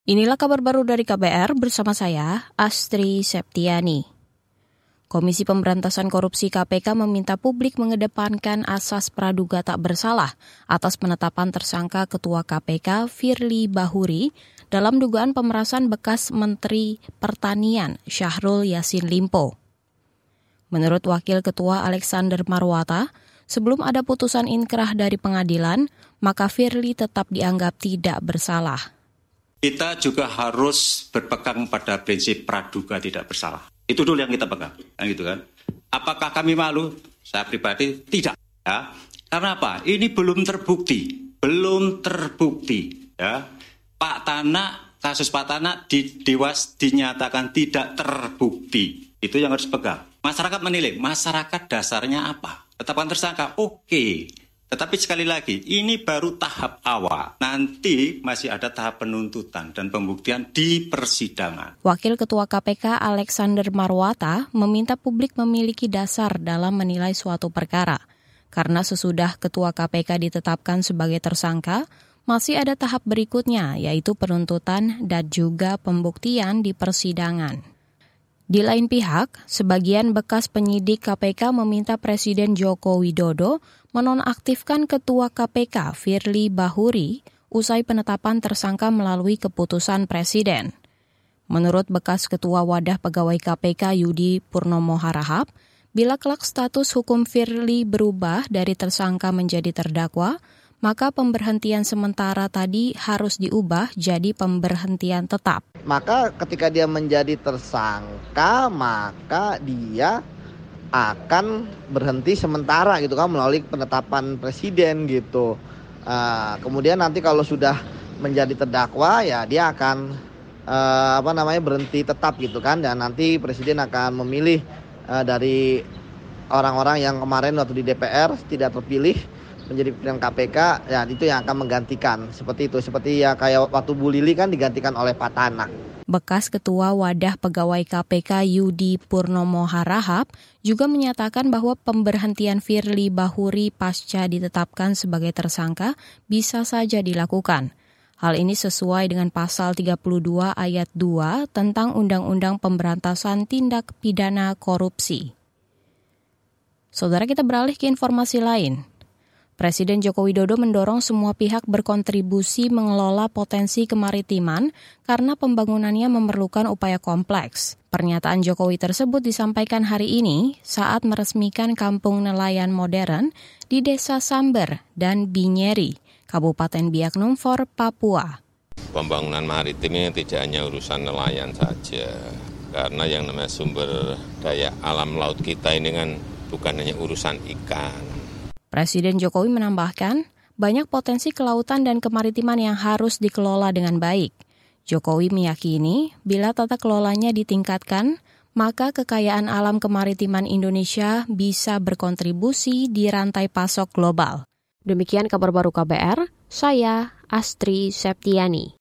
Inilah kabar baru dari KBR bersama saya, Astri Septiani. Komisi Pemberantasan Korupsi KPK meminta publik mengedepankan asas praduga tak bersalah atas penetapan tersangka Ketua KPK Firly Bahuri dalam dugaan pemerasan bekas Menteri Pertanian Syahrul Yassin Limpo. Menurut Wakil Ketua Alexander Marwata, sebelum ada putusan inkrah dari pengadilan, maka Firly tetap dianggap tidak bersalah. Kita juga harus berpegang pada prinsip praduga tidak bersalah. Itu dulu yang kita pegang, gitu kan. Apakah kami malu? Saya pribadi tidak. Ya. Karena apa? Ini belum terbukti, Ya. Kasus Pak Tanak di Dewas dinyatakan tidak terbukti. Itu yang harus pegang. Masyarakat menilai, masyarakat dasarnya apa? Tetapkan tersangka, oke. Tetapi sekali lagi, ini baru tahap awal. Nanti masih ada tahap penuntutan dan pembuktian di persidangan. Wakil Ketua KPK Alexander Marwata meminta publik memiliki dasar dalam menilai suatu perkara. Karena sesudah Ketua KPK ditetapkan sebagai tersangka, masih ada tahap berikutnya, yaitu penuntutan dan juga pembuktian di persidangan. Di lain pihak, sebagian bekas penyidik KPK meminta Presiden Joko Widodo menonaktifkan Ketua KPK Firly Bahuri usai penetapan tersangka melalui keputusan Presiden. Menurut bekas Ketua Wadah Pegawai KPK Yudi Purnomo Harahap, bila kelak status hukum Firly berubah dari tersangka menjadi terdakwa, maka pemberhentian sementara tadi harus diubah jadi pemberhentian tetap. Maka ketika dia menjadi tersangka, maka dia akan berhenti sementara gitu kan melalui penetapan presiden gitu. Kemudian nanti kalau sudah menjadi terdakwa ya dia akan berhenti tetap gitu kan, dan nanti presiden akan memilih dari orang-orang yang kemarin waktu di DPR tidak terpilih menjadi pimpinan KPK, ya itu yang akan menggantikan. Seperti itu, seperti ya kayak waktu Bu Lili kan digantikan oleh Pak Tanak. Bekas Ketua Wadah Pegawai KPK Yudi Purnomo Harahap juga menyatakan bahwa pemberhentian Firly Bahuri pasca ditetapkan sebagai tersangka bisa saja dilakukan. Hal ini sesuai dengan pasal 32 ayat 2 tentang Undang-Undang Pemberantasan Tindak Pidana Korupsi. Saudara, kita beralih ke informasi lain. Presiden Joko Widodo mendorong semua pihak berkontribusi mengelola potensi kemaritiman karena pembangunannya memerlukan upaya kompleks. Pernyataan Jokowi tersebut disampaikan hari ini saat meresmikan kampung nelayan modern di Desa Samber dan Binyeri, Kabupaten Biak Numfor, Papua. Pembangunan maritim ini tidak hanya urusan nelayan saja, karena yang namanya sumber daya alam laut kita ini kan bukan hanya urusan ikan. Presiden Jokowi menambahkan, banyak potensi kelautan dan kemaritiman yang harus dikelola dengan baik. Jokowi meyakini, bila tata kelolanya ditingkatkan, maka kekayaan alam kemaritiman Indonesia bisa berkontribusi di rantai pasok global. Demikian kabar baru KBR, saya Astri Septiani.